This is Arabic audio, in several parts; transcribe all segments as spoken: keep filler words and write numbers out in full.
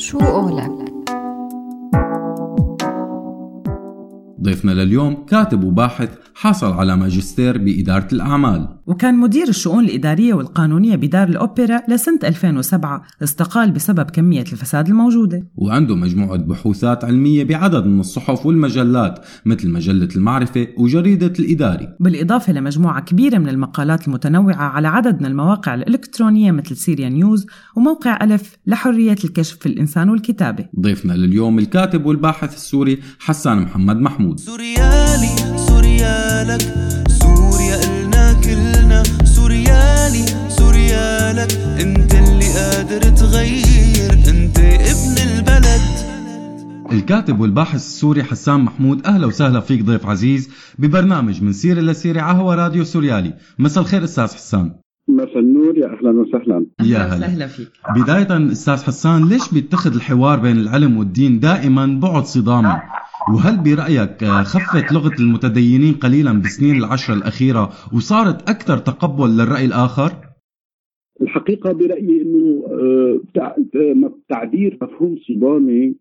شو قولك؟ ضيفنا لليوم كاتب وباحث حصل على ماجستير بإدارة الأعمال، وكان مدير الشؤون الإدارية والقانونية بدار الأوبرا لسنة ألفين وسبعة. استقال بسبب كمية الفساد الموجودة، وعنده مجموعة بحوثات علمية بعدد من الصحف والمجلات مثل مجلة المعرفة وجريدة الإداري، بالإضافة لمجموعة كبيرة من المقالات المتنوعة على عدد من المواقع الإلكترونية مثل سيريا نيوز وموقع ألف لحرية الكشف في الإنسان والكتابة. ضيفنا لليوم الكاتب والباحث السوري حسان محمد محمود. سوريالي سوريالك سوريا إلنا كلنا سوريالي سوريالك انت اللي قادر تغير انت ابن البلد. الكاتب والباحث السوري حسان محمود، أهلا وسهلا فيك ضيف عزيز ببرنامج من سيرة لسيرة عهوى راديو سوريالي. مساء الخير أستاذ حسان. مساء النور، يا أهلا وسهلا. يا هلا فيك. بداية أستاذ حسان، ليش بيتخذ الحوار بين العلم والدين دائما بعد صدامي؟ وهل برأيك خفت لغة المتدينين قليلا بسنين العشر الأخيرة وصارت أكثر تقبل للرأي الآخر؟ الحقيقة برأيي أنه تعبير مفهوم صدامي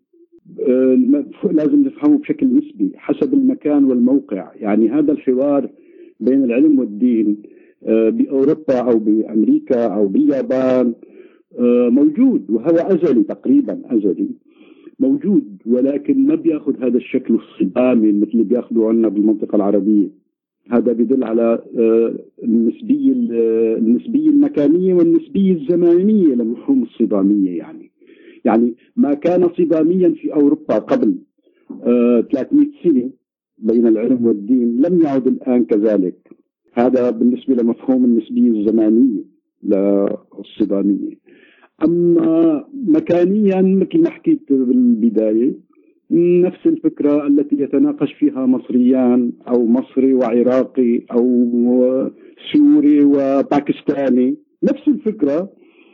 لازم نفهمه بشكل نسبي حسب المكان والموقع. يعني هذا الحوار بين العلم والدين بأوروبا أو بأمريكا أو باليابان موجود، وهو أزلي تقريبا أزلي موجود، ولكن ما بياخذ هذا الشكل الصدامي مثل اللي بياخذه عنا بالمنطقة العربية. هذا بيدل على النسبية النسبية المكانية والنسبية الزمانية لمفهوم الصدامية. يعني يعني ما كان صداميا في أوروبا قبل ثلاثمئة سنة بين العلم والدين لم يعد الآن كذلك. هذا بالنسبة لمفهوم النسبية الزمانية للصدامية. أما مكانيا مثل ما حكيت بالبداية، نفس الفكرة التي يتناقش فيها مصريان أو مصري وعراقي أو سوري وباكستاني، نفس الفكرة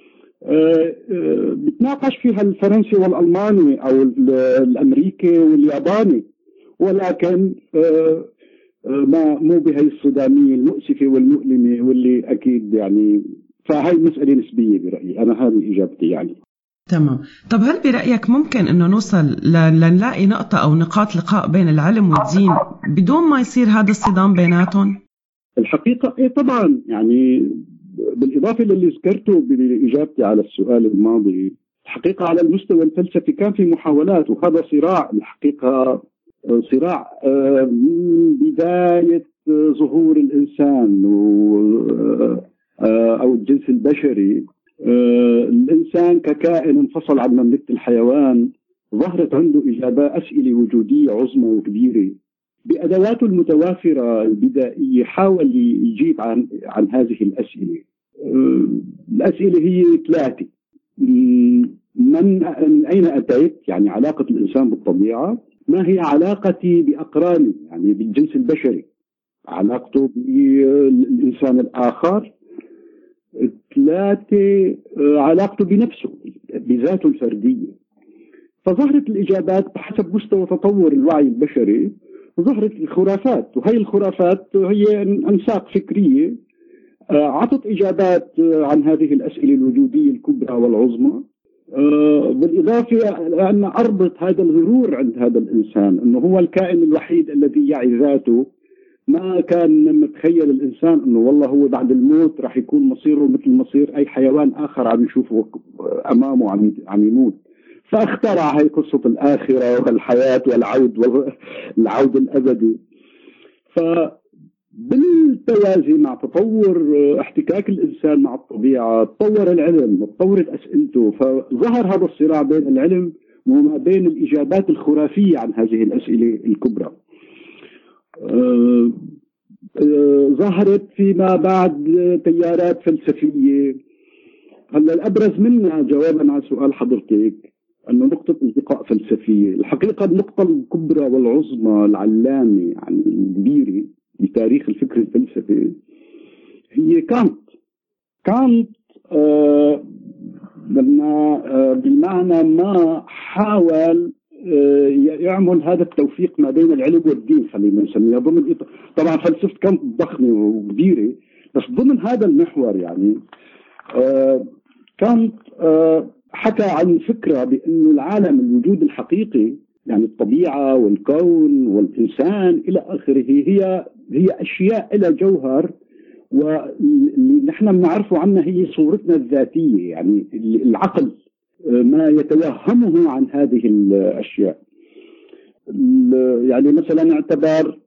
بتناقش فيها الفرنسي والألماني أو الأمريكي والياباني، ولكن ما مو بهي الصدامية المؤسفة والمؤلمة واللي أكيد يعني. فهي مسألة نسبية برأيي أنا، هذه إجابتي يعني. تمام. طب هل برأيك ممكن أنه نوصل لنلاقي نقطة أو نقاط لقاء بين العلم والدين بدون ما يصير هذا الصدام بيناتهم؟ الحقيقة إيه طبعا، يعني بالإضافة للي ذكرته بإجابتي على السؤال الماضي، الحقيقة على المستوى الفلسفي كان في محاولات، وهذا صراع الحقيقة صراع من بداية ظهور الإنسان أو الجنس البشري. الإنسان ككائن انفصل عن مملكة الحيوان، ظهرت عنده إجابات أسئلة وجودية عظمى وكبيرة بأدواته المتوافرة البدائية. حاول يجيب عن عن هذه الأسئلة. الأسئلة هي ثلاثة: من أين أتيت؟ يعني علاقة الإنسان بالطبيعة. ما هي علاقتي بأقراني يعني بالجنس البشري؟ علاقته بالإنسان الآخر. ثلاثة، علاقته بنفسه بذاته الفردية. فظهرت الإجابات بحسب مستوى تطور الوعي البشري، وظهرت الخرافات، وهي الخرافات هي أنساق فكرية عطت إجابات عن هذه الأسئلة الوجودية الكبرى والعظمى. بالإضافة لأن أربط هذا الغرور عند هذا الإنسان أنه هو الكائن الوحيد الذي يعي ذاته. ما كان متخيل الإنسان أنه والله هو بعد الموت راح يكون مصيره مثل مصير أي حيوان آخر عم يشوفه أمامه عم عم يموت. فاخترع هاي قصة الآخرة والحياة والعود والعود الأبدي. فبالتوازي مع تطور احتكاك الإنسان مع الطبيعة تطور العلم وتطورت أسئلته، فظهر هذا الصراع بين العلم وما بين الإجابات الخرافية عن هذه الأسئلة الكبرى. أه أه ظهرت فيما بعد تيارات فلسفية. هلا الأبرز منها جوابا على سؤال حضرتك أنه نقطة التقاء فلسفية. الحقيقة النقطة الكبرى والعظمى العلامة يعني الكبيرة بتاريخ الفكر الفلسفي هي كانت كانت أه لما أه بمعنى ما حاول يعمل هذا التوفيق ما بين العلم والدين، خلينا نسميها ضمن طبعا فلسفة كانت ضخمة وكبيرة، بس ضمن هذا المحور يعني كانت حكى عن فكرة بأنه العالم الوجود الحقيقي يعني الطبيعة والكون والإنسان إلى آخره هي هي أشياء إلى جوهر، واللي نحن بنعرفه عنها هي صورتنا الذاتية، يعني العقل ما يتوهمه عن هذه الأشياء. يعني مثلا اعتبر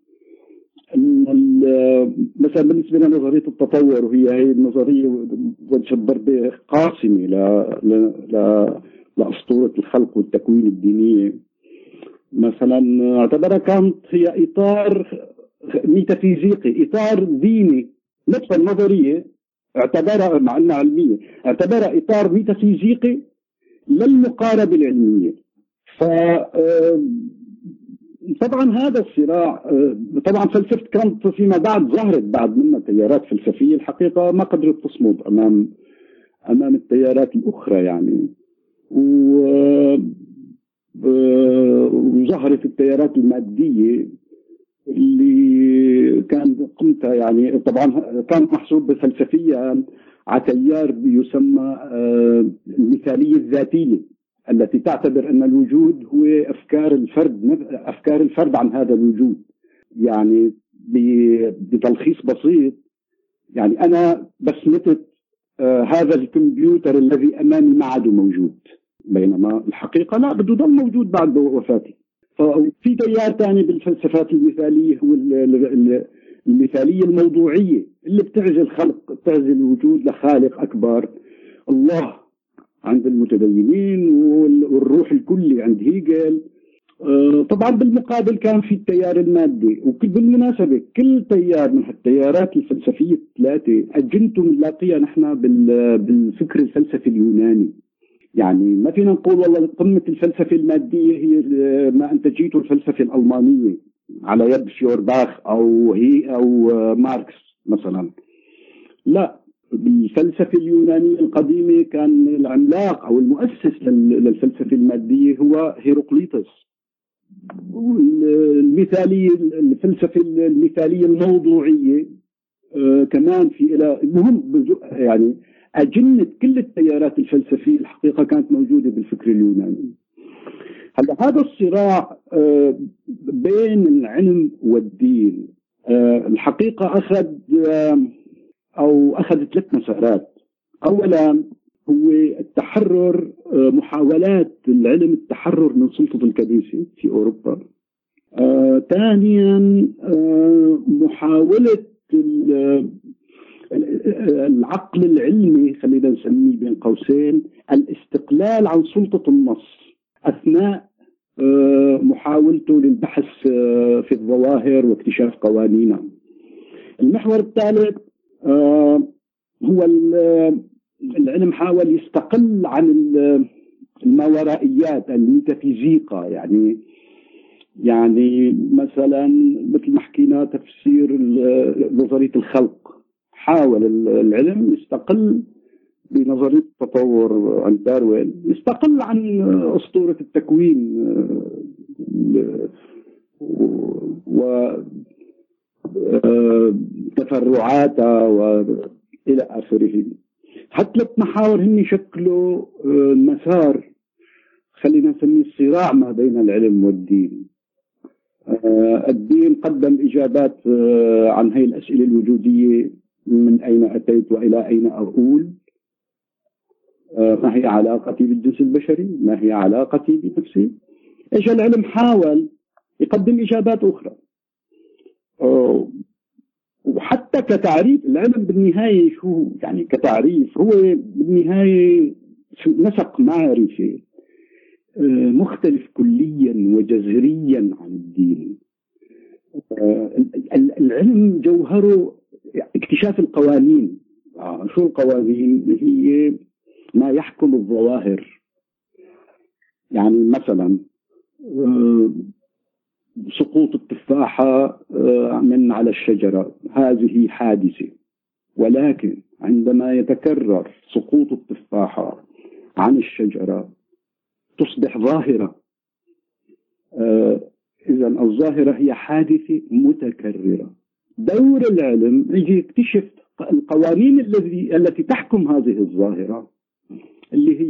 مثلا بالنسبة لنظرية التطور، وهي هي النظرية وتشبر بقاسمة لأسطورة الخلق والتكوين الدينية، مثلا اعتبرها كانت هي إطار ميتافيزيقي، إطار ديني. نفس النظرية اعتبرها مع أنها علمية، اعتبرها إطار ميتافيزيقي للمقاربة العلمية. ف طبعا هذا الصراع، طبعا فلسفة كانت فيما بعد ظهرت بعد منها تيارات فلسفية الحقيقة ما قدرت تصمد أمام أمام التيارات الأخرى يعني، وظهرت التيارات المادية اللي كان قمتها يعني طبعا كان محسوب فلسفيا على تيار يسمى المثالية الذاتية، التي تعتبر أن الوجود هو أفكار الفرد أفكار الفرد عن هذا الوجود. يعني بتلخيص بسيط، يعني أنا بسمتت آه هذا الكمبيوتر الذي أمامي ما عاد موجود، بينما الحقيقة لا، بده يضل موجود بعد وفاتي. ففي تيار ثاني بالفلسفات المثالية هو المثالية الموضوعية اللي بتعزل الخلق، بتعزل الوجود لخالق أكبر، الله عند المتدينين والروح الكلي عند هيجل. طبعا بالمقابل كان في التيار المادي، وبالمناسبة كل تيار من التيارات الفلسفية الثلاثة أجنته نلاقيها نحن بالفكر الفلسفي اليوناني. يعني ما فينا نقول والله قمة الفلسفة المادية هي ما أنتجته الفلسفة الألمانية على يد فيورباخ أو هي أو ماركس مثلا، لا، بالفلسفة اليونانية القديمة كان العملاق أو المؤسس للفلسفة المادية هو هيروقليطس. المثالية الفلسفة المثالية الموضوعية آه كمان في إلى مهم يعني أجنة كل التيارات الفلسفية الحقيقة كانت موجودة بالفكر اليوناني. هلا هذا الصراع آه بين العلم والدين آه الحقيقة أخذ آه أو أخذ ثلاث مسارات. أولا هو التحرر، محاولات العلم التحرر من سلطة الكنيسة في أوروبا. آه، ثانيا آه، محاولة العقل العلمي، خلينا نسميه بين قوسين، الاستقلال عن سلطة النص أثناء آه، محاولته للبحث آه، في الظواهر واكتشاف قوانينها. المحور الثالث آه، هو العلم حاول يستقل عن الماورائيات الميتافيزيقا، يعني يعني مثلا مثل ما حكينا تفسير نظرية الخلق، حاول العلم يستقل بنظرية التطور عند داروين، يستقل عن أسطورة التكوين وتفرعاتها وإلى آخره. هالثلاث محاور هن شكلوا مسار خلينا نسميه الصراع ما بين العلم والدين. الدين قدم إجابات عن هذه الأسئلة الوجودية: من أين أتيت وإلى أين أؤول؟ ما هي علاقتي بالجنس البشري؟ ما هي علاقتي بنفسي؟ إيش العلم حاول يقدم إجابات أخرى، وحتى كتعريف العلم بالنهاية شو يعني كتعريف هو بالنهاية نسق معرفي مختلف كليا وجذريا عن الدين. العلم جوهره اكتشاف القوانين. شو القوانين؟ هي ما يحكم الظواهر. يعني مثلا سقوط التفاحة من على الشجرة هذه حادثة، ولكن عندما يتكرر سقوط التفاحة عن الشجرة تصبح ظاهرة. إذا الظاهرة هي حادثة متكررة. دور العلم يجي يكتشف القوانين التي التي تحكم هذه الظاهرة، اللي هي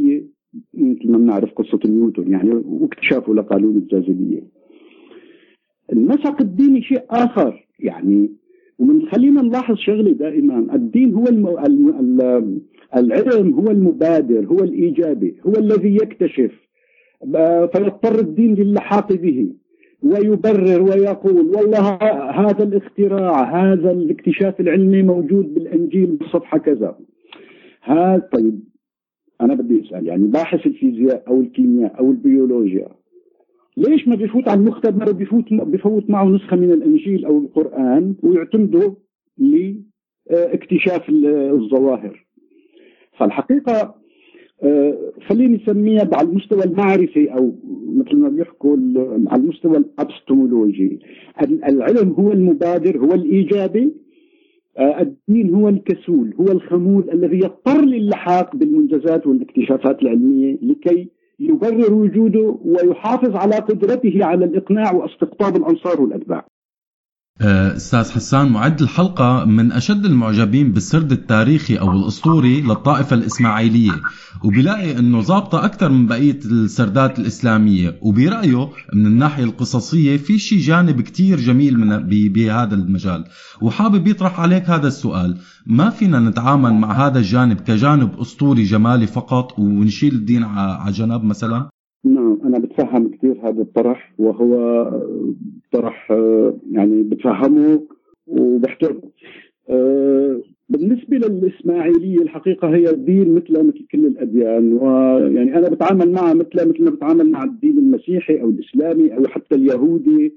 مثل ما بنعرف قصة نيوتن يعني واكتشافه لقانون الجاذبية. النسق الديني شيء آخر يعني، ومن خلينا نلاحظ شغلة دائما، الدين هو الم... العلم هو المبادر، هو الإيجابي، هو الذي يكتشف، فيضطر الدين للحاق به ويبرر ويقول والله هذا الاختراع، هذا الاكتشاف العلمي موجود بالإنجيل بالصفحة كذا. هذا طيب أنا بدي أسأل يعني باحث الفيزياء أو الكيمياء أو البيولوجيا ليش ما بيفوت على المختبر بيفوت بيفوت معه نسخة من الإنجيل أو القرآن ويعتمدوا لاكتشاف الظواهر؟ فالحقيقة خليني نسميها على المستوى المعرفي أو مثل ما بيحكوا على المستوى الأبستمولوجي، العلم هو المبادر، هو الإيجابي، الدين هو الكسول، هو الخمول الذي يضطر للحاق بالمنجزات والاكتشافات العلمية لكي يبرر وجوده ويحافظ على قدرته على الإقناع واستقطاب الأنصار والأتباع. أستاذ حسان، معد الحلقة من أشد المعجبين بالسرد التاريخي أو الأسطوري للطائفة الإسماعيلية، وبيلاقي أنه ضابطة أكثر من بقية السردات الإسلامية، وبرأيه من الناحية القصصية في شي جانب كتير جميل من بهذا المجال، وحابب يطرح عليك هذا السؤال: ما فينا نتعامل مع هذا الجانب كجانب أسطوري جمالي فقط ونشيل الدين على جنب مثلا؟ نعم، أنا بتفهم كثير هذا الطرح، وهو طرح يعني بتفهمه وبحترمه. بالنسبة للإسماعيلية الحقيقة هي الدين مثل مثل كل الأديان، ويعني أنا بتعامل معها مثل مثل ما بتعامل مع الدين المسيحي أو الإسلامي أو حتى اليهودي.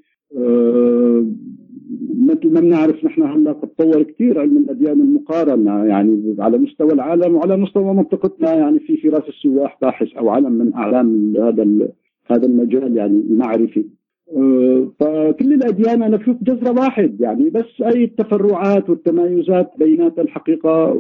مثل ما بنعرف نحن هلا تطور كثير علم الأديان المقارنة يعني على مستوى العالم وعلى مستوى منطقتنا، يعني في في راس السواح باحث أو علم من أعلام هذا هذا المجال يعني المعرفي. فكل الأديان أنا بشوف جذر واحد يعني، بس أي التفرعات والتمايزات بينات الحقيقة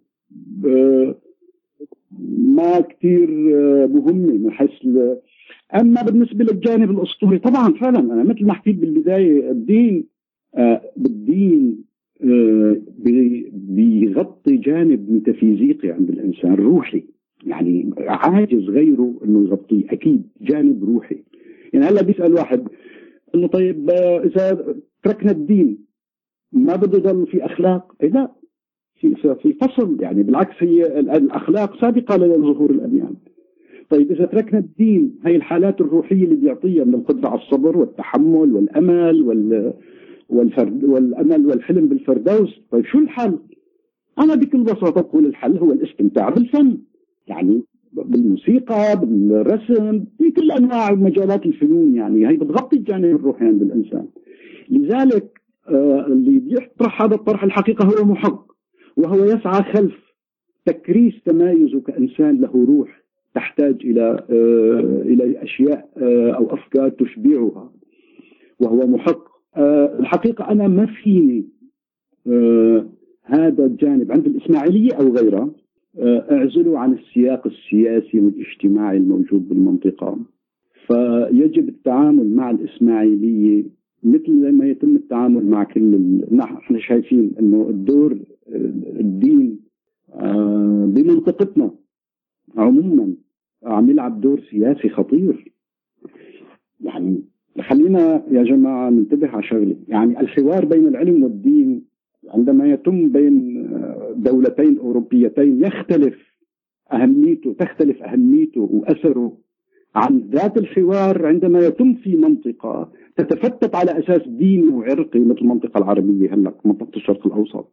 ما كثير مهمة من حيث. أما بالنسبة للجانب الأسطوري طبعا فعلا أنا مثل ما حكيت بالبداية، الدين آه بالدين آه بيغطي جانب ميتافيزيقي عند الإنسان، روحي يعني عاجز غيره إنه يغطيه، أكيد جانب روحي. يعني هلا بيسأل واحد إنه طيب آه إذا تركنا الدين ما بده يضل في أخلاق؟ إيه لا، في في فصل يعني، بالعكس هي الأخلاق سابقة لظهور الأديان. طيب إذا تركنا الدين، هي الحالات الروحية اللي بيعطيها من القدرة على الصبر والتحمل والأمل وال والفرد والأمل والحلم بالفردوس، طيب شو الحل؟ أنا بكل بساطة أقول الحل هو الاستمتاع بالفن، يعني بالموسيقى، بالرسم، في كل أنواع مجالات الفنون، يعني هي بتغطي الجانب الروحي عند الإنسان. لذلك آه اللي بيطرح هذا الطرح الحقيقة هو محق، وهو يسعى خلف تكريس تمايزه كإنسان له روح تحتاج إلى آه إلى أشياء آه أو أفكار تشبعها، وهو محق. آه الحقيقة أنا ما فيني آه هذا الجانب عند الإسماعيلية أو غيره آه أعزله عن السياق السياسي والاجتماعي الموجود بالمنطقة. فيجب التعامل مع الإسماعيلية مثل ما يتم التعامل مع كل. نحن شايفين أنه الدور الدين آه بمنطقتنا عموما عم يلعب دور سياسي خطير. يعني خلينا يا جماعة ننتبه على شغله، يعني الحوار بين العلم والدين عندما يتم بين دولتين أوروبيتين يختلف أهميته تختلف أهميته وأثره عن ذات الحوار عندما يتم في منطقة تتفتت على أساس ديني وعرقي مثل المنطقة العربية هلا منطقة الشرق الأوسط.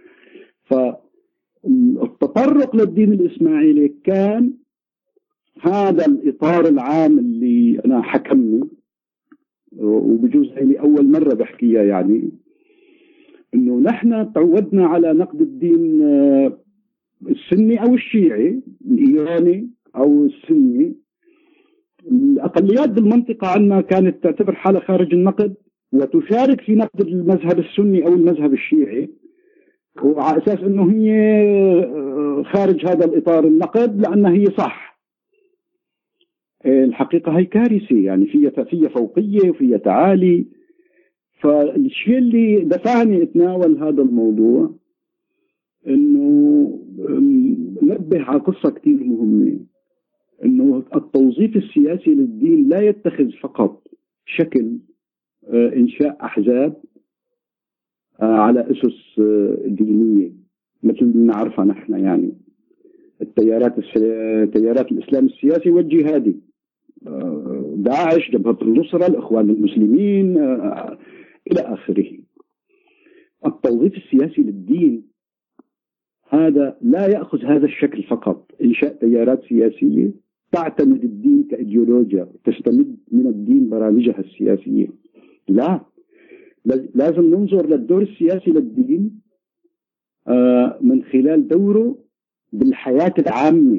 فالتطرق للدين الإسماعيلي كان هذا الإطار العام اللي أنا حكمني، وبجوز هي أول مرة بحكيها، يعني إنه نحن تعودنا على نقد الدين السني أو الشيعي، الإيراني أو السني. الأقليات بالمنطقة عندنا كانت تعتبر حالها خارج النقد وتشارك في نقد المذهب السني أو المذهب الشيعي، وعلى أساس إنه هي خارج هذا الإطار النقد لأنها هي صح. الحقيقة هي كارثة، يعني فيها فيها فوقية وفيها تعالي. فالشيء اللي دفعني اتناول هذا الموضوع إنه نبه على قصة كتير مهمة، أنه التوظيف السياسي للدين لا يتخذ فقط شكل إنشاء أحزاب على أسس دينية مثل ما نعرفها نحن، يعني التيارات تيارات الإسلام السياسي والجهادي، داعش، جبهة النصرة، الإخوان المسلمين إلى آخره. التوظيف السياسي للدين هذا لا يأخذ هذا الشكل فقط، إنشاء تيارات سياسية تعتمد الدين كإيديولوجيا، تستمد من الدين برامجها السياسية. لا، لازم ننظر للدور السياسي للدين من خلال دوره بالحياة العامة.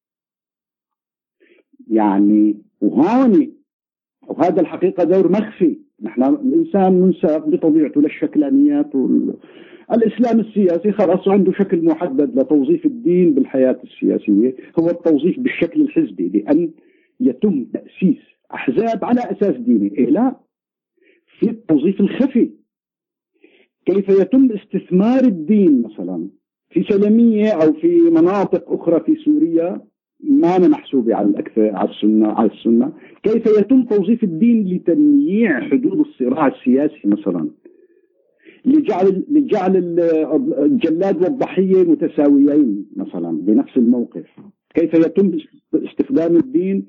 يعني وهون وهذا الحقيقة دور مخفي، نحن الإنسان منساق بطبيعته للشكلانيات وال... الإسلام السياسي خلاص عنده شكل محدد لتوظيف الدين بالحياة السياسية، هو التوظيف بالشكل الحزبي، لأن يتم تأسيس أحزاب على أساس ديني. إيه لا، في التوظيف الخفي، كيف يتم استثمار الدين مثلا في سلمية أو في مناطق أخرى في سوريا ما أنا محسوبة على الأكثر على السنة على السنة كيف يتم توظيف الدين لتنميع حدود الصراع السياسي مثلا، لجعل لجعل الجلاد والضحية متساويين مثلا بنفس الموقف. كيف يتم استخدام الدين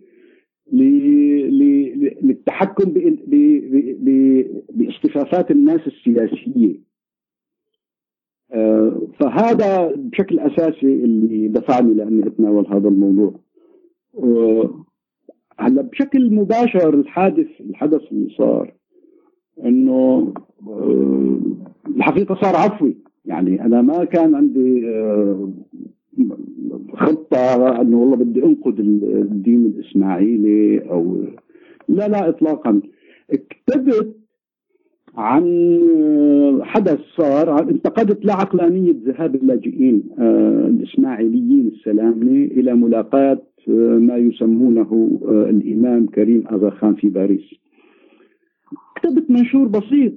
للتحكم باصطفافات الناس السياسية. فهذا بشكل أساسي اللي دفعني لأني أتناول هذا الموضوع. هلا بشكل مباشر الحادث الحدث اللي صار إنه الحقيقة صار عفوي، يعني أنا ما كان عندي خطة أنه والله بدي أنقذ الدين الإسماعيلي أو لا لا إطلاقا. كتبت عن حدث صار، انتقدت لعقلانية ذهاب اللاجئين الإسماعيليين السلامة إلى ملاقاة ما يسمونه الإمام كريم أغا خان في باريس. كتبت منشور بسيط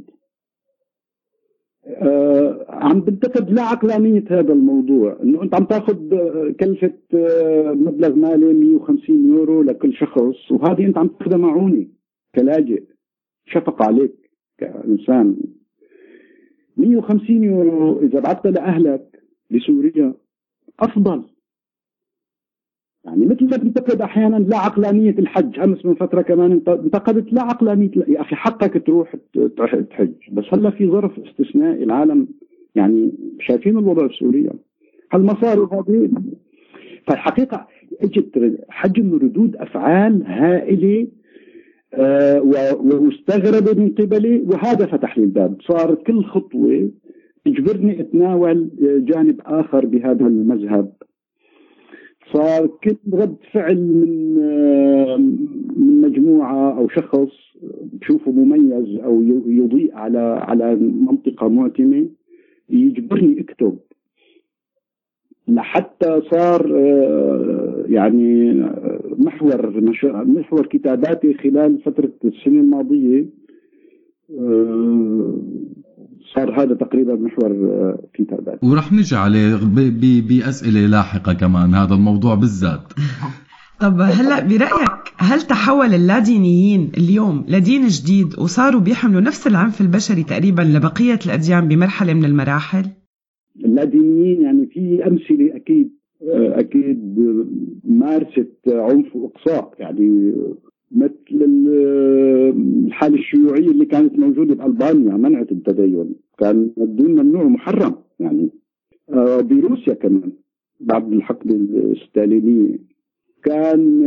عم بنتقد لعقلانية هذا الموضوع، انه انت عم تاخذ كلفة مبلغ مالي مئة وخمسين يورو لكل شخص، وهذه انت عم تاخذها معوني كلاجئ، شفق عليك كإنسان. مئة وخمسين يورو إذا بعتها لأهلك بسوريا أفضل. يعني مثل ما بنتقد أحيانا لا عقلانية الحج، أمس من فترة كمان انتقدت لا عقلانية، يا أخي حقك تروح تحج، بس هلا في ظرف استثنائي العالم يعني شايفين الوضع في سوريا، هالمصاري هذه. فالحقيقة اجت حجم ردود أفعال هائلة آه واستغرب من قبلي، وهذا فتح لي الباب. صارت كل خطوة تجبرني اتناول جانب آخر بهذا المذهب. صار كل رد فعل من من مجموعة أو شخص بشوفه مميز أو يضيء على على منطقة معتمة يجبرني اكتب، لحتى صار يعني محور محور كتاباتي خلال فترة السنة الماضية. صار هذا تقريبا محور كتابات، ورح نجي عليه بأسئلة لاحقة كمان هذا الموضوع بالذات. طب هلأ برأيك هل تحول اللادينيين اليوم لدين جديد وصاروا بيحملوا نفس العنف البشري تقريبا لبقية الأديان بمرحلة من المراحل؟ اللادينيين يعني في أمثلة أكيد أكيد مارست عنف وإقصاء، يعني مثل الحالة الشيوعية اللي كانت موجودة بألبانيا، منعت التدين، كان الدين ممنوع محرم. يعني بروسيا كمان بعد الحقبة الستالينية كان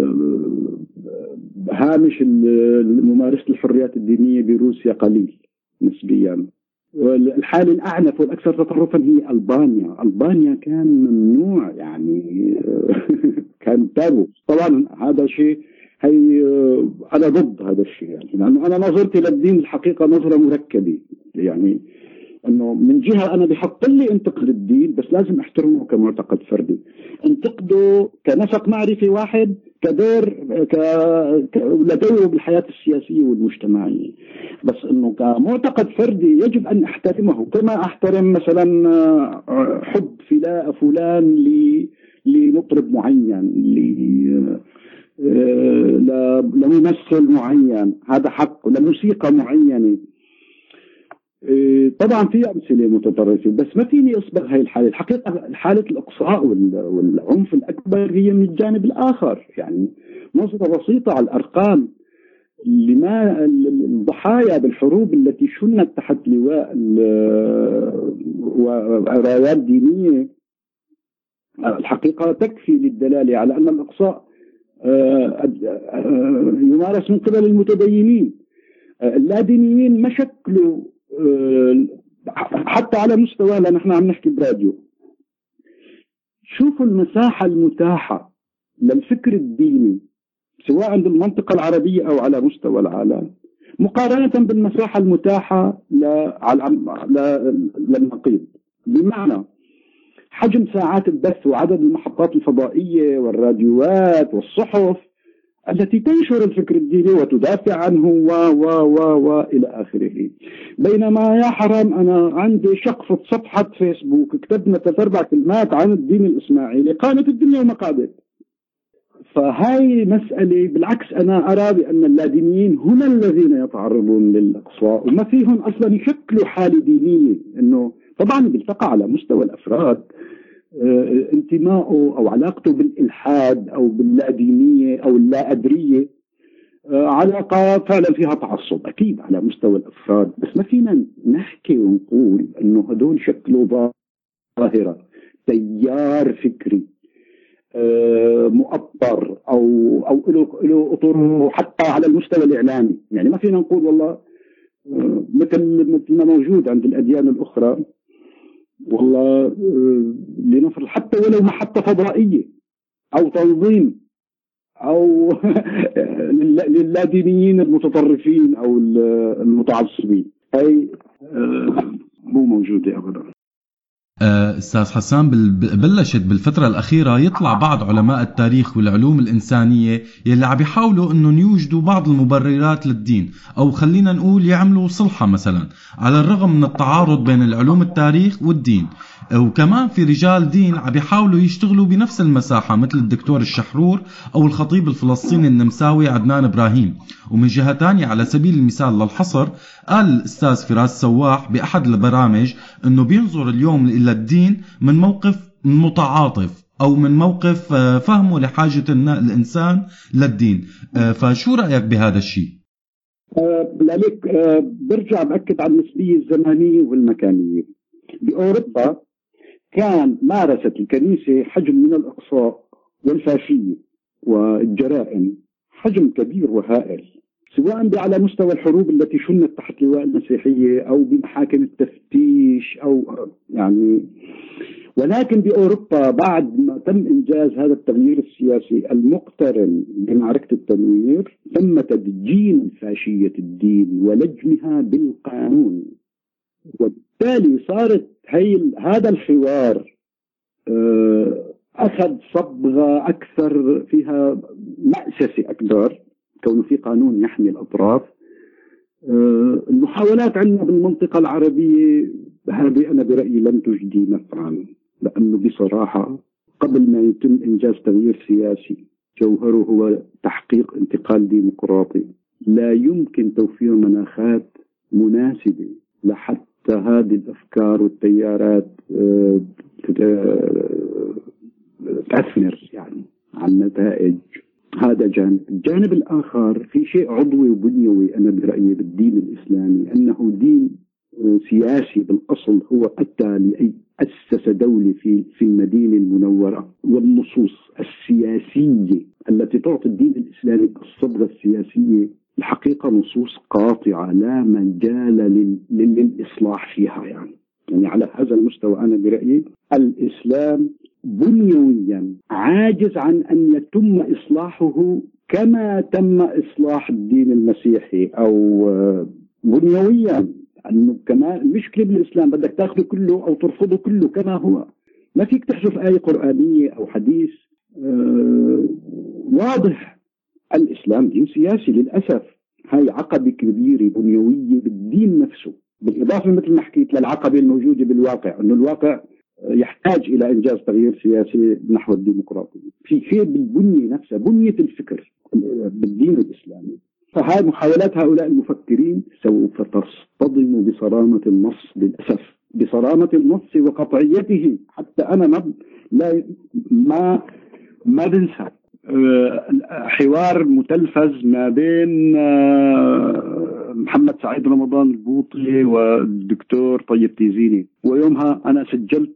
هامش ممارسة الحريات الدينية بروسيا قليل نسبيا. والحالة الأعنف والأكثر تطرفا هي ألبانيا. ألبانيا كان ممنوع، يعني كان تابو. طبعا هذا شيء هي أنا ضد هذا الشيء، يعني لأنه أنا نظرتي للدين الحقيقة نظرة مركبة. يعني أنه من جهة أنا بحط لي انتقد الدين، بس لازم أحترمه كمعتقد فردي، انتقده كنسق معرفي واحد كدور ك... ك... لدوره بالحياة السياسية والمجتمعية. بس أنه كمعتقد فردي يجب أن أحترمه كما أحترم مثلا حب فلان فلان ل... لمطرب معين، لممثل معين، هذا حق، لموسيقى معينة. طبعا في أمثلة متطرفة، بس ما فيني أصبغ هاي الحالة. الحقيقة حالة الإقصاء والعنف الأكبر هي من الجانب الآخر. يعني نظرة بسيطة على الأرقام لما الضحايا بالحروب التي شنت تحت لواء ورايات دينية، الحقيقة تكفي للدلالة على أن الإقصاء يمارس من قبل المتدينين. اللادينيين ما شكلوا حتى على مستوى، لأن نحن عم نحكي براديو، شوفوا المساحة المتاحة للفكر الديني سواء عند المنطقة العربية أو على مستوى العالم مقارنة بالمساحة المتاحة للنقيض. بمعنى حجم ساعات البث وعدد المحطات الفضائية والراديوات والصحف التي تنشر الفكر الديني وتدافع عنه و و و و إلى آخره. بينما يا حرام أنا عندي شقفة صفحة فيسبوك كتبنا ثلاث أربع كلمات عن الدين الإسماعيلي قامت الدنيا وما قعدت. فهاي مسألة بالعكس أنا أرى بأن اللادينيين هم الذين يتعرضون للإقصاء وما فيهم أصلا يشكلوا حالة دينية. إنه طبعا بيلتقى على مستوى الأفراد اه انتمائه أو علاقته بالإلحاد أو باللادينية أو اللا أدرية اه علاقة فعلا فيها تعصب أكيد على مستوى الأفراد، بس ما فينا نحكي ونقول إنه هدول شكلوا ظاهرة تيار فكري مؤطر او او له له اطر حتى على المستوى الاعلامي. يعني ما فينا نقول والله مثل مثل ما موجود عند الاديان الاخرى والله لنفرض حتى ولو محطه فضائيه او تنظيم او للادينيين المتطرفين او المتعصبين، هي مو موجوده ابدا. أستاذ حسان، بلشت بالفترة الأخيرة يطلع بعض علماء التاريخ والعلوم الإنسانية يلي عم يحاولوا أنهم يوجدوا بعض المبررات للدين، أو خلينا نقول يعملوا صلحة مثلا، على الرغم من التعارض بين العلوم التاريخ والدين. وكمان في رجال دين عم يحاولوا يشتغلوا بنفس المساحة مثل الدكتور الشحرور أو الخطيب الفلسطيني النمساوي عدنان إبراهيم. ومن جهة تانية على سبيل المثال للحصر، قال الأستاذ فراس سواح بأحد البرامج أنه بينظر اليوم إلى الدين من موقف متعاطف أو من موقف فهمه لحاجة الإنسان للدين. فشو رأيك بهذا الشيء؟ أه لذلك أه برجع بأكد على النسبية الزمانية والمكانية. بأوروبا كان مارست الكنيسة حجم من الإقصاء والفاشية والجرائم حجم كبير وهائل، سواء على مستوى الحروب التي شنت تحت لواء المسيحية أو بمحاكم التفتيش أو يعني. ولكن بأوروبا بعد ما تم إنجاز هذا التغيير السياسي المقترن بمعركة التنوير تم تدجين فاشية الدين ولجمها بالقانون، وبالتالي صارت هي هذا الحوار أخذ صبغة أكثر فيها مأسسة أكثر كونه في قانون يحمي الأطراف. المحاولات عندنا بالمنطقة العربية هذه أنا برأيي لم تجدي نفعا، لأنه بصراحة قبل ما يتم إنجاز تغيير سياسي جوهره هو تحقيق انتقال ديمقراطي، لا يمكن توفير مناخات مناسبة لحتى هذه الأفكار والتيارات تأثمر يعني عن نتائج. هذا جانب. الجانب الآخر في شيء عضوي وبنيوي أنا برأيي بالدين الإسلامي، أنه دين سياسي بالأصل، هو أتى لأي أسس دولة في في المدينة المنورة، والنصوص السياسية التي تعطي الدين الإسلامي الصبغة السياسية الحقيقة نصوص قاطعة لا مجال للإصلاح فيها. يعني يعني على هذا المستوى أنا برأيي الإسلام بنيويا عاجز عن أن يتم إصلاحه كما تم إصلاح الدين المسيحي، أو بنيويا أنه كما المشكلة بالإسلام بدك تأخذه كله أو ترفضه كله كما هو، ما فيك تحذف آية قرآنية أو حديث. أه واضح الإسلام دين سياسي للأسف، هاي عقبة كبيرة بنيوية بالدين نفسه، بالإضافة مثل ما حكيت للعقبة الموجودة بالواقع، أنه الواقع يحتاج إلى إنجاز تغيير سياسي نحو الديمقراطية في في بالبنية نفسها، بنية الفكر بالدين الإسلامي. فهذه محاولات هؤلاء المفكرين سوف تصطدم بصرامة النص للأسف، بصرامة النص وقطعيته. حتى أنا ما لا ما ما بنسى حوار متلفز ما بين محمد سعيد رمضان البوطي والدكتور طيب تيزيني، ويومها أنا سجلت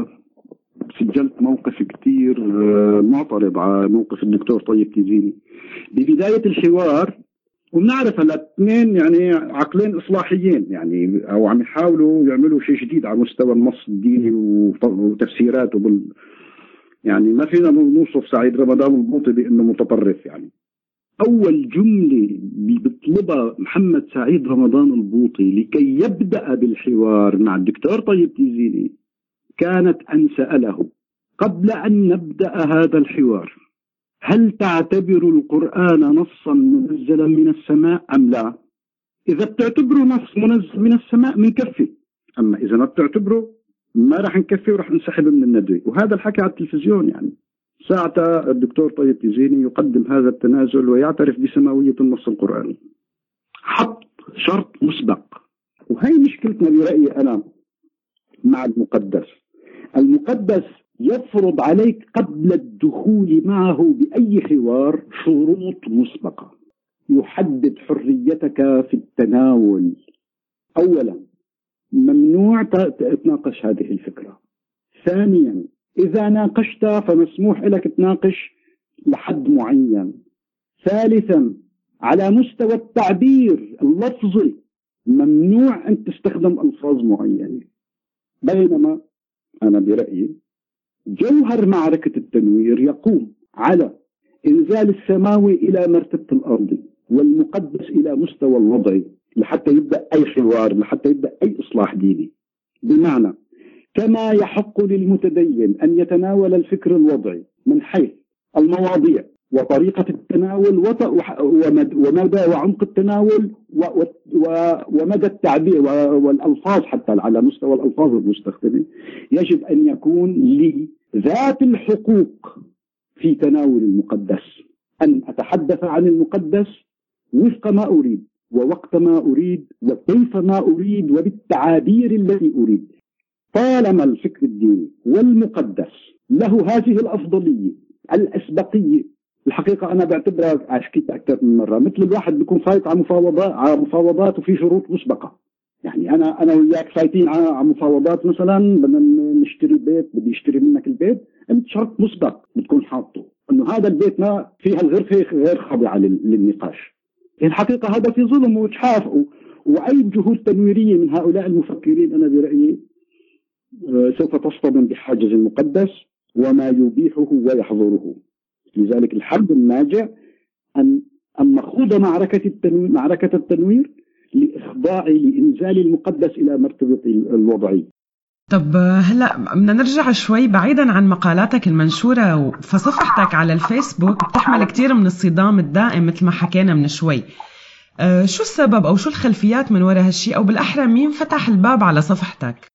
سجلت موقف كتير معترض على موقف الدكتور طيب تيزيني ببداية الحوار. وبنعرف الاثنين يعني عقلين إصلاحيين يعني، أو عم يحاولوا يعملوا شيء جديد على مستوى النص الديني وتفسيراته بال يعني ما فينا نوصف سعيد رمضان البوطي بأنه متطرف. يعني أول جملة بيطلبها محمد سعيد رمضان البوطي لكي يبدأ بالحوار مع الدكتور طيب تيزيني كانت أن سأله قبل أن نبدأ هذا الحوار: هل تعتبر القرآن نصا منزلا من السماء أم لا؟ إذا بتعتبره نص منزل من السماء منكفي، أما إذا ما بتعتبره ما راح نكفي وراح نسحب من الندوة. وهذا الحكي على التلفزيون. يعني ساعتها الدكتور طيب تيزيني يقدم هذا التنازل ويعترف بسماوية النص القرآني، حط شرط مسبق. وهي مشكلتنا برأيي أنا مع المقدس. المقدس يفرض عليك قبل الدخول معه بأي حوار شروط مسبقة، يحدد حريتك في التناول. أولا، ممنوع تناقش هذه الفكرة. ثانيا، إذا ناقشت فمسموح لك تناقش لحد معين. ثالثا، على مستوى التعبير اللفظي ممنوع أن تستخدم ألفاظ معينة. بينما أنا برأيي جوهر معركة التنوير يقوم على إنزال السماوي إلى مرتبة الأرض والمقدس إلى مستوى الوضعي لحتى يبدأ أي حوار، لحتى يبدأ أي إصلاح ديني. بمعنى كما يحق للمتدين أن يتناول الفكر الوضعي من حيث المواضيع وطريقة التناول ومدى وعمق التناول ومدى التعبير والألفاظ، حتى على مستوى الألفاظ المستخدمة يجب أن يكون لي ذات الحقوق في تناول المقدس، أن أتحدث عن المقدس وفق ما أريد ووقت ما أريد وكيف ما أريد وبالتعابير التي أريد، طالما الفكر الديني والمقدس له هذه الأفضلية الأسبقية. الحقيقة أنا بعتبرها، حكيت أكثر من مرة، مثل الواحد بيكون فايت على مفاوضات على مفاوضات وفي شروط مسبقة. يعني أنا أنا وياك فايتين على مفاوضات، مثلا بدنا نشتري بيت، بدي اشتري منك البيت، أنت شرط مسبق بتكون حاطه إنه هذا البيت ما فيها الغرفة غير خاضعة للنقاش. الحقيقة هذا في ظلم وإجحاف، وأي جهود تنويرية من هؤلاء المفكرين أنا برأيي سوف تصطدم بحاجز المقدس وما يبيحه ويحظره. لذلك الحل الناجع أن أن نخوض معركة التنوير معركة التنوير لإخضاع لإنزال المقدس إلى مرتبة الوضعي. طب هلا بدنا نرجع شوي بعيدا عن مقالاتك المنشورة، فصفحتك على الفيسبوك بتحمل كتير من الصدام الدائم مثل ما حكينا من شوي. أه شو السبب أو شو الخلفيات من وراء هالشي، أو بالأحرى مين فتح الباب على صفحتك؟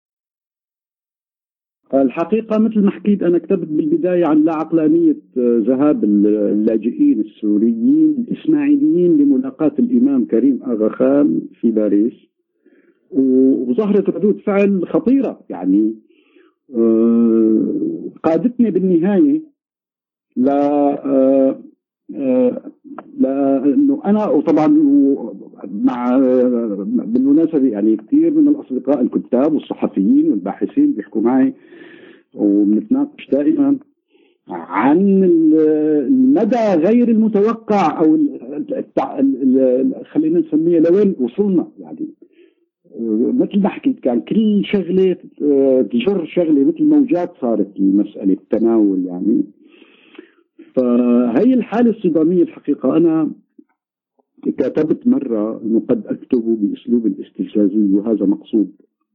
الحقيقة مثل ما حكيت أنا كتبت بالبداية عن لا عقلانية ذهاب اللاجئين السوريين الإسماعيليين لملاقاة الإمام كريم آغا خان في باريس، وظهرت ردود فعل خطيرة يعني قادتني بالنهاية لا لأنه أنا، وطبعا مع بالمناسبة يعني كثير من الأصدقاء الكتاب والصحفيين والباحثين بيحكوا معي وبنتناقش دائما عن المدى غير المتوقع أو خلينا نسميه لوين وصلنا. يعني مثل ما حكيت كان كل شغلة تجر شغلة مثل موجات صارت المسألة التناول. يعني فهي الحالة الصدامية. الحقيقة أنا كتبت مرة أنه قد أكتب بأسلوب الاستفزازي، وهذا مقصود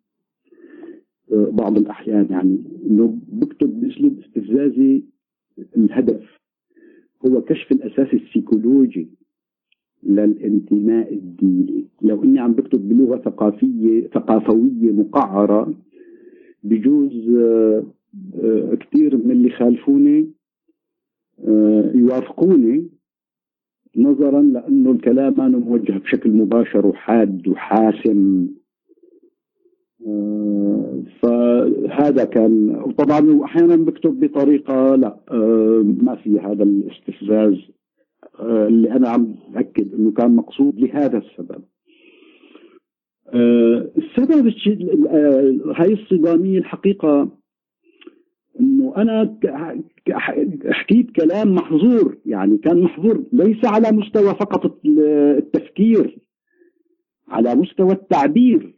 بعض الأحيان، يعني أنه بكتب بأسلوب استفزازي. الهدف هو كشف الأساس السيكولوجي للانتماء الديني. لو إني عم بكتب بلغة ثقافية ثقافوية مقعرة بجوز كثير من اللي خالفوني يوافقوني، نظرا لأنه الكلام أنا موجه بشكل مباشر وحاد وحاسم. فهذا كان، وطبعا أحيانا بكتب بطريقة لا ما في هذا الاستفزاز اللي أنا عم أكد أنه كان مقصود لهذا السبب. السبب هاي الصدامية الحقيقة انه انا حكيت كلام محظور، يعني كان محظور ليس على مستوى فقط التفكير، على مستوى التعبير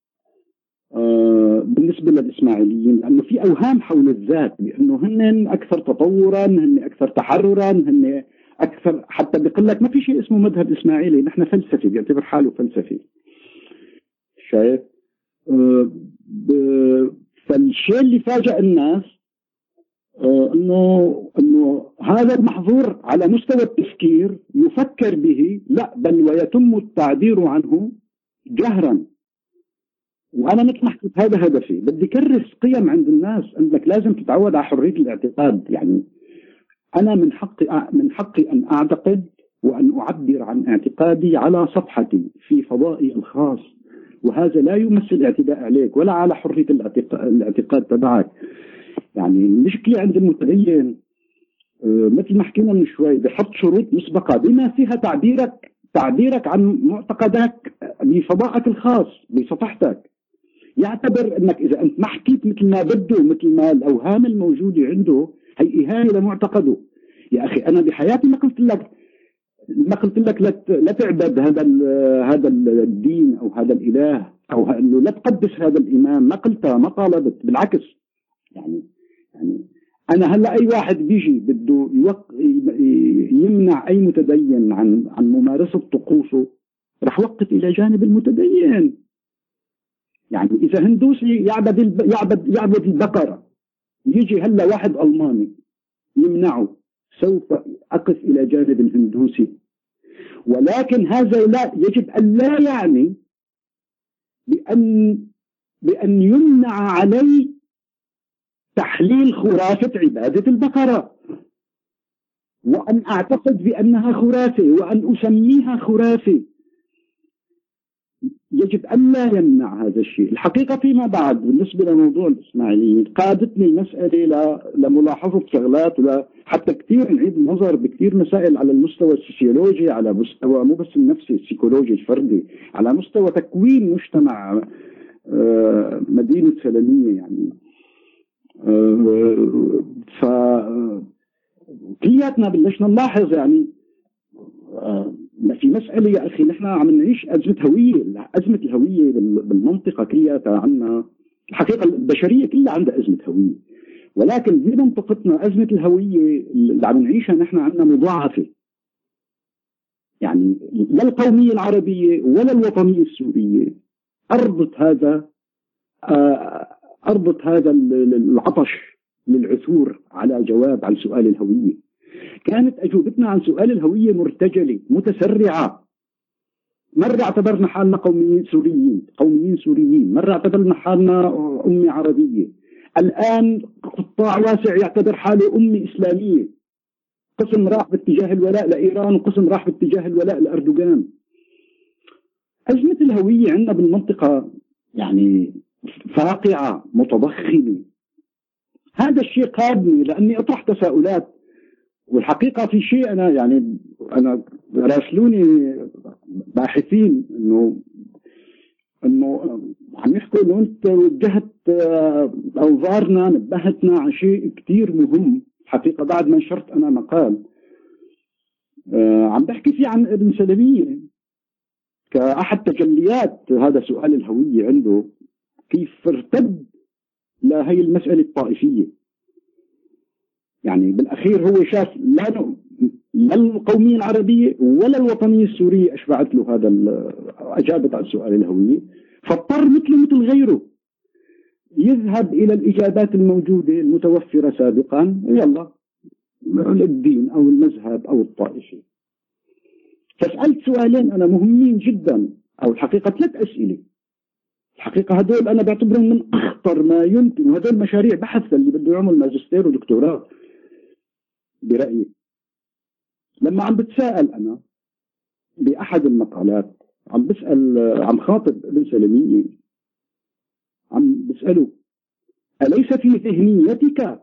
بالنسبة للإسماعيليين، لأنه في أوهام حول الذات بأنه هن أكثر تطورا، هن أكثر تحررا، هن أكثر، حتى بيقول لك ما في شيء اسمه مذهب إسماعيلي، نحن فلسفي، بيعتبر حاله فلسفي. شايف؟ فالشيء اللي فاجأ الناس انه انه هذا المحظور على مستوى التفكير يفكر به، لا بل ويتم التعبير عنه جهرا. وانا مثل ما حكيت هذا هدفي، بدي كرس قيم عند الناس، انك لازم تتعود على حرية الاعتقاد. يعني انا من حقي من حقي ان اعتقد وان اعبر عن اعتقادي على صفحتي في فضائي الخاص، وهذا لا يمثل اعتداء عليك ولا على حرية الاعتقاد تبعك. يعني المشكلة عند المتدين مثل ما حكينا من شوي بحط شروط مسبقة بما فيها تعبيرك تعبيرك عن معتقدك بفضائك الخاص بصفحتك. يعتبر انك اذا انت ما حكيت مثل ما بده، مثل ما الاوهام الموجودة عنده، هي اهانة لمعتقده. يا اخي انا بحياتي ما قلت لك ما قلت لك لا تعبد هذا هذا الدين او هذا الاله، او انه لا تقدس هذا الامام، ما قلتها، ما طالبت، بالعكس. يعني يعني انا هلا اي واحد بيجي بده يوق... يمنع اي متدين عن عن ممارسه طقوسه، رح وقف الى جانب المتدين. يعني اذا هندوسي يعبد الب... يعبد يعبد البقره، يجي هلا واحد الماني يمنعه، سوف اقف الى جانب الهندوسي. ولكن هذا لا يجب ان لا يعني بان بان يمنع علي تحليل خرافة عبادة البقرة، وأن أعتقد بأنها خرافة، وأن أسميها خرافة. يجب أن لا يمنع هذا الشيء. الحقيقة فيما بعد بالنسبة لموضوع الإسماعيليين قادتني المسألة لملاحظة شغلات، ولا حتى كثير نعيد النظر بكثير مسائل على المستوى السوسيولوجي، على مستوى مو بس النفسي، السيكولوجي الفردي، على مستوى تكوين مجتمع مدينة سلمية. يعني ف كلياتنا بلشنا نلاحظ يعني في مسألة يا أخي، نحن عم نعيش أزمة هوية. أزمة الهوية بالمنطقة كلياتها عنا، الحقيقة البشرية كلها عندها أزمة هوية، ولكن بمنطقتنا أزمة الهوية اللي عم نعيشها نحن عنا مضاعفة. يعني لا القومية العربية ولا الوطنية السورية أرضت هذا أرضت هذا العطش للعثور على جواب عن سؤال الهوية. كانت أجوبتنا عن سؤال الهوية مرتجلة متسرعة. مرة اعتبرنا حالنا قوميين سوريين قوميين سوريين مرة اعتبرنا حالنا أمة عربية. الآن قطاع واسع يعتبر حاله أمة إسلامية. قسم راح باتجاه الولاء لإيران، وقسم راح باتجاه الولاء لأردوغان. أزمة الهوية عندنا بالمنطقة يعني فاقعة متضخمة. هذا الشيء قادني لأني أطرح تساؤلات. والحقيقة في شيء أنا يعني أنا راسلوني باحثين إنه إنه عم يحكوا إنه أنت وجهت أنظارنا، نبهتنا عن شيء كتير مهم. حقيقة بعد ما نشرت أنا مقال عم بحكي فيه عن ابن سلمية كأحد تجليات هذا سؤال الهوية عنده، كيف ارتد لهي المسألة الطائفية. يعني بالأخير هو شاف لا لا القومية العربية ولا الوطنية السورية أشبعت له هذا، أجابت عن سؤال الهوية، فاضطر مثله مثل غيره يذهب إلى الإجابات الموجودة المتوفرة سابقا، يلا الدين أو المذهب أو الطائفة. فسألت سؤالين أنا مهمين جدا، أو الحقيقة ثلاث أسئلة. الحقيقة هدول أنا بعتبرهم من أخطر أخطر ما يمكن، وهذول مشاريع بحث اللي بده يعمل ماجستير ودكتوراه برأيي. لما عم بتساءل أنا بأحد المقالات عم بسأل عم خاطب ابن سلمية، عم بسأله أليس في ذهنيتك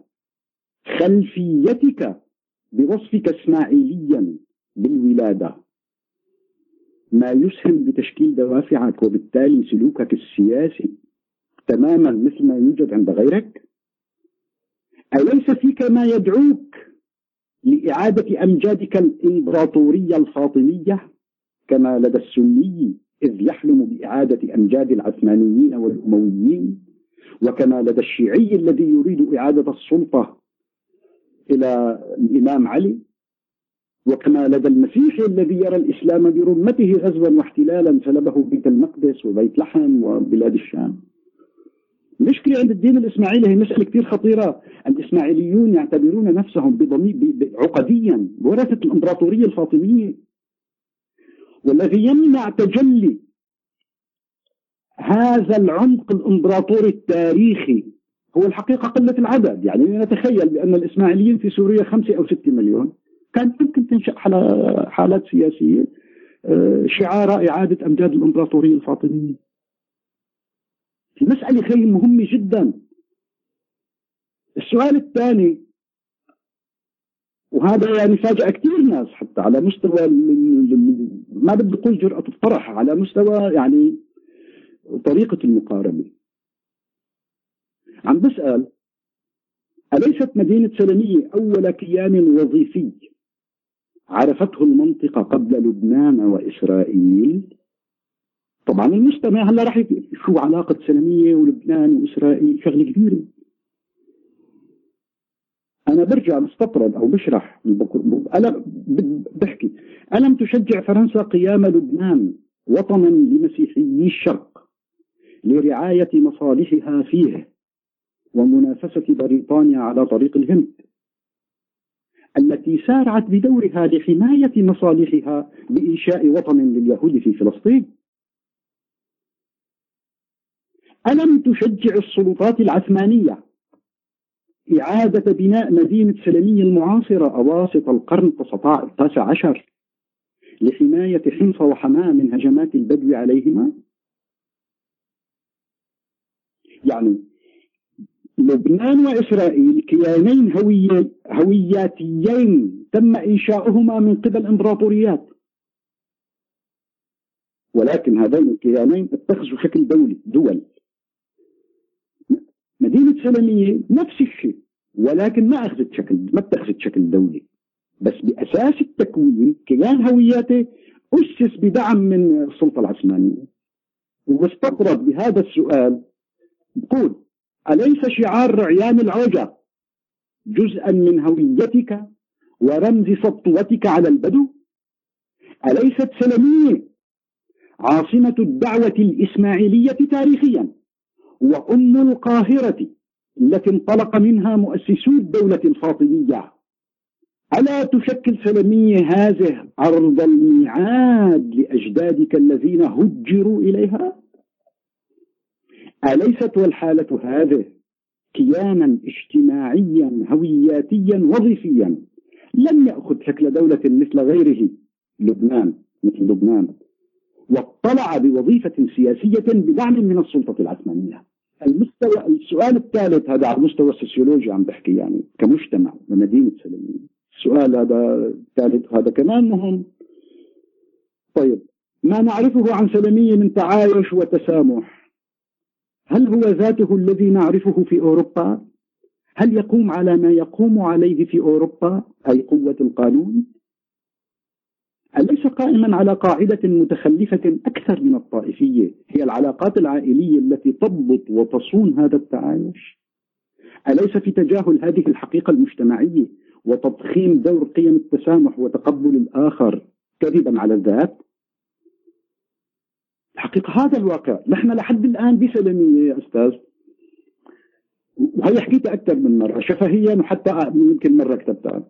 خلفيتك بوصفك إسماعيليا بالولادة ما يسهم بتشكيل دوافعك وبالتالي سلوكك السياسي تماما مثل ما يوجد عند غيرك؟ أليس فيك ما يدعوك لإعادة أمجادك الإمبراطورية الفاطمية كما لدى السني إذ يحلم بإعادة أمجاد العثمانيين والأمويين، وكما لدى الشيعي الذي يريد إعادة السلطة إلى الإمام علي، وكما لدى المسيحي الذي يرى الإسلام برمته غزوا واحتلالا سلبه بيت المقدس وبيت لحم وبلاد الشام. المشكلة عند الدين الإسماعيلي هي مسألة كثير خطيرة. الإسماعيليون يعتبرون نفسهم بضمير عقديا ورثة الإمبراطورية الفاطمية، والذي يمنع تجلي هذا العمق الإمبراطوري التاريخي هو الحقيقة قلة العدد. يعني نتخيل بأن الإسماعيليين في سوريا خمسة أو ستة مليون، كان يمكن تنشأ حالات سياسية شعار إعادة أمجاد الإمبراطورية الفاطمية. في مسألة خير مهمة جدا. السؤال الثاني، وهذا يعني فاجأ كثير ناس حتى على مستوى ما بدي أقول جرأة الطرح، على مستوى يعني طريقة المقاربة. عم بسأل أليست مدينة سلمية أول كيان وظيفي عرفته المنطقة قبل لبنان وإسرائيل؟ طبعا المستمع هلا راح شو علاقة سلمية ولبنان وإسرائيل، شغلة كبيرة. أنا برجع بستطرد أو بشرح، أنا بحكي ألم تشجع فرنسا قيام لبنان وطنا لمسيحيي الشرق لرعاية مصالحها فيه ومنافسة بريطانيا على طريق الهند التي سارعت بدورها لحماية مصالحها بإنشاء وطن لليهود في فلسطين؟ ألم تشجع السلطات العثمانية إعادة بناء مدينة سلمية المعاصرة أواسط القرن التاسع عشر لحماية حمص وحماة من هجمات البدو عليهما؟ يعني لبنان وإسرائيل كيانين هوي هوياتيين تم إنشاؤهما من قبل إمبراطوريات، ولكن هذين الكيانين اتخذوا شكل دولي دول. مدينة سلمية نفس الشيء، ولكن ما أخذت شكل ما اتخذت شكل دولي، بس بأساس التكوين كيان هوياته أسس بدعم من السلطة العثمانية. واستطرد بهذا السؤال يقول أليس شعار رعيان العوجة جزءا من هويتك ورمز سطوتك على البدو؟ أليست سلمية عاصمة الدعوة الإسماعيلية تاريخيا وأم القاهرة التي انطلق منها مؤسسو الدولة الفاطمية؟ ألا تشكل سلمية هذه أرض الميعاد لأجدادك الذين هجروا إليها؟ أليست والحالة هذه كيانا اجتماعيا هوياتيا وظيفيا لم يأخذ شكل دولة مثل غيره لبنان مثل لبنان واطلع بوظيفة سياسية بدعم من السلطة العثمانية؟ المستوى السؤال الثالث هذا على المستوى السوسيولوجي عم بحكي يعني كمجتمع ومدينة سلمية. السؤال هذا الثالث هذا كمان مهم. طيب ما نعرفه عن سلمية من تعايش وتسامح هل هو ذاته الذي نعرفه في أوروبا؟ هل يقوم على ما يقوم عليه في أوروبا أي قوة القانون؟ أليس قائما على قاعدة متخلفة أكثر من الطائفية هي العلاقات العائلية التي تضبط وتصون هذا التعايش؟ أليس في تجاهل هذه الحقيقة المجتمعية وتضخيم دور قيم التسامح وتقبل الآخر كذبا على الذات؟ الحقيقة هذا الواقع. نحن لحد الآن بسلمية يا أستاذ، وهي حكيتها أكثر من مرة شفهيا وحتى يمكن مرة كتبتها،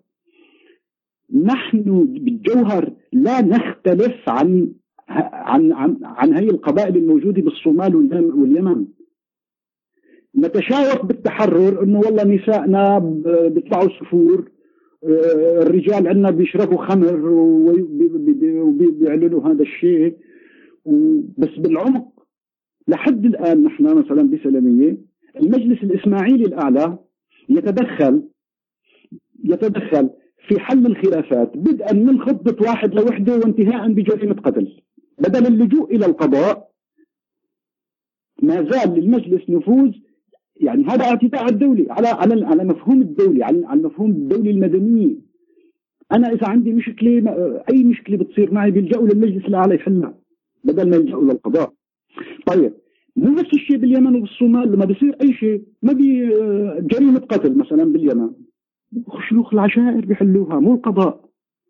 نحن بالجوهر لا نختلف عن عن عن, عن هي القبائل الموجودة بالصومال واليمن. نتشاور بالتحرر انه والله نسائنا بيطلعوا صفور، الرجال عندنا بيشربوا خمر وبيعلنوا هذا الشيء. بس بالعمق لحد الآن نحن مثلا بسلمية المجلس الإسماعيلي الأعلى يتدخل يتدخل في حل الخلافات، بدءا من خطة واحد لوحده وانتهاء بجريمة قتل. بدل اللجوء إلى القضاء ما زال للمجلس نفوذ. يعني هذا اعتداء الدولي على على على مفهوم الدولي، على على مفهوم الدولي المدني. أنا إذا عندي مشكلة، أي مشكلة بتصير معي بيلجأوا للمجلس الأعلى يحلها بدل ما يلجأوا للقضاء. طيب مو نفس الشيء باليمن وبالصومال؟ لما بيصير أي شيء ما بي جريمة قتل مثلا باليمن، شيوخ العشائر بيحلوها مو القضاء.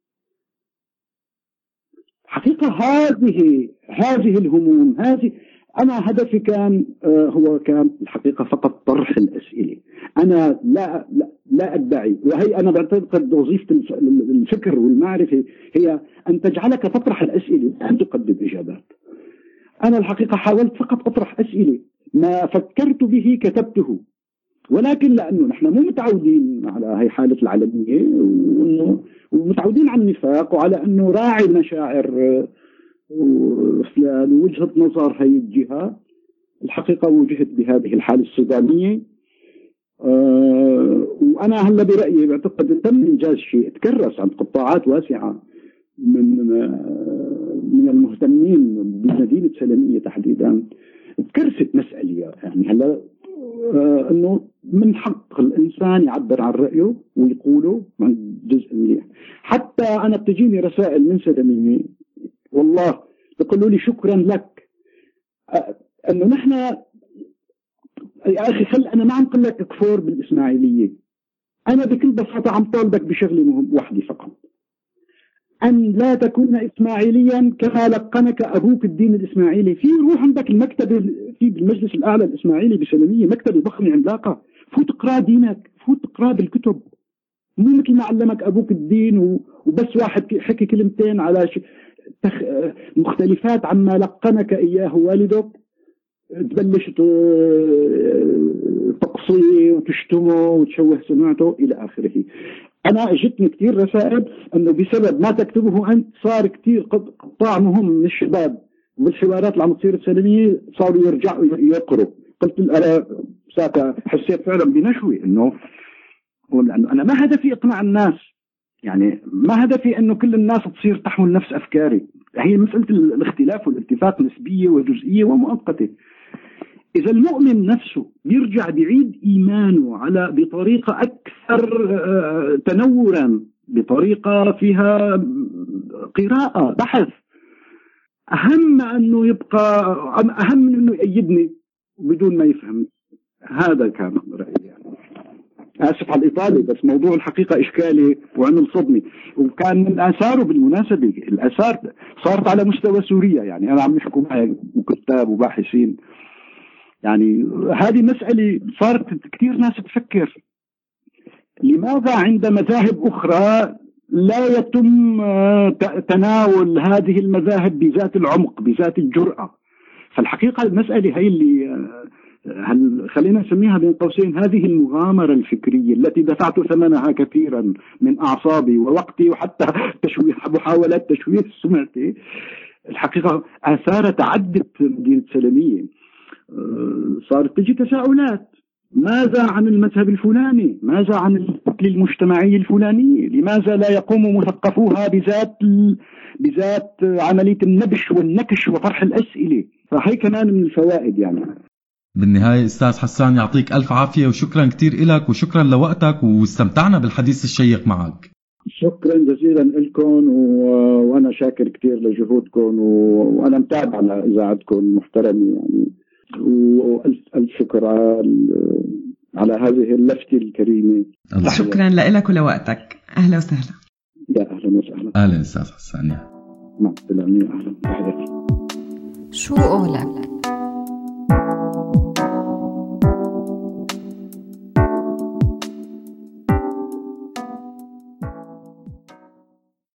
حقيقة هذه هذه الهموم هذه أنا هدفي كان هو كان الحقيقة فقط طرح الأسئلة. أنا لا لا, لا أدعي، وهي أنا بعتقد وظيفة الفكر والمعرفة هي أن تجعلك تطرح الأسئلة أن تقدم إجابات. أنا الحقيقة حاولت فقط أطرح أسئلة، ما فكرت به كتبته، ولكن لأنه نحن مو متعودين على هي حالة العلمية وإنه ومتعودين على النفاق وعلى أنه راعي مشاعر فلان ووجهة نظر هي الجهة. الحقيقة وجهت بهذه الحالة الصدامية. أه وأنا هلا برأيي بعتقد تم إنجاز شيء تكرس عند قطاعات واسعة من من المهتمين بمدينة سلمية تحديدا. تكرست مسألة يعني هلا أه انه من حق الانسان يعبر عن رأيه ويقوله من جزء منيح. حتى انا بتجيني رسائل من سلمية والله بيقولوا لي شكرا لك، أه انه نحن يا اخي خل انا ما عم قل لك كفور بالاسماعيلية، انا بكل بساطة عم طالبك بشغلة مهم واحدة فقط، أن لا تكون إسماعيليا كما لقنك أبوك الدين الإسماعيلي. في روح عندك المكتب في بالمجلس الأعلى الإسماعيلي بسلمية مكتبة ضخمة عملاقة، فوت اقرأ دينك، فوت اقرأ بالكتب، مو مثل ما علمك أبوك الدين وبس واحد حكي كلمتين على تخ... مختلفات عما لقنك إياه والدك تبلش تقصيه وتشتمه وتشوه سمعته إلى آخره. أنا اجتني كثير رسائل أنه بسبب ما تكتبه أنت صار كثير قطاع مهم من الشباب بالحوارات اللي عم تصير السلمية صاروا يرجعوا يقروا. قلت أنا ساعتها حسيت فعلا بنشوة إنه لأنه أنا ما هدفي إقناع الناس، يعني ما هدفي إنه كل الناس تصير تحمل نفس أفكاري. هي مسألة الاختلاف والاتفاق نسبية وجزئية ومؤقتة. إذا المؤمن نفسه بيرجع بعيد إيمانه على بطريقة أكثر تنورا، بطريقة فيها قراءة بحث، أهم أنه يبقى أهم من أنه يأيدني بدون ما يفهم. هذا كان رأيي يعني. آسف على الإطالة بس موضوع الحقيقة إشكالي وعمل صدمي، وكان من آثاره بالمناسبة الآثار صارت على مستوى سوريا. يعني أنا عم يحكوا معي وكتاب وباحثين، يعني هذه مسألة صارت كثير ناس تفكر لماذا عند مذاهب أخرى لا يتم تناول هذه المذاهب بذات العمق بذات الجرأة. فالحقيقة المسألة هي اللي هل خلينا نسميها بين قوسين هذه المغامرة الفكرية التي دفعت ثمنها كثيرا من أعصابي ووقتي وحتى تشويه محاولات تشويه سمعتي. الحقيقة آثارها تعدت مدينة سلمية. صارت تجي تساؤلات، ماذا عن المذهب الفلاني؟ ماذا عن الكتلة المجتمعية الفلانية؟ لماذا لا يقوم مثقفوها بذات بذات عملية النبش والنكش وطرح الأسئلة؟ فهي كمان من الفوائد. يعني بالنهاية أستاذ حسان يعطيك ألف عافية وشكرا كتير إلك وشكرا لوقتك، واستمتعنا بالحديث الشيق معك. شكرا جزيلا لكم و... وأنا شاكر كتير لجهودكم و... وأنا متابع على إذاعتكم المحترمة يعني، وألف شكر على هذه اللفتة الكريمة. شكرا لك ولوقتك. أهلا وسهلا. يا أهلا وسهلا. أهلا أستاذ حسان. مع السلامة. أهلا. شو قولك؟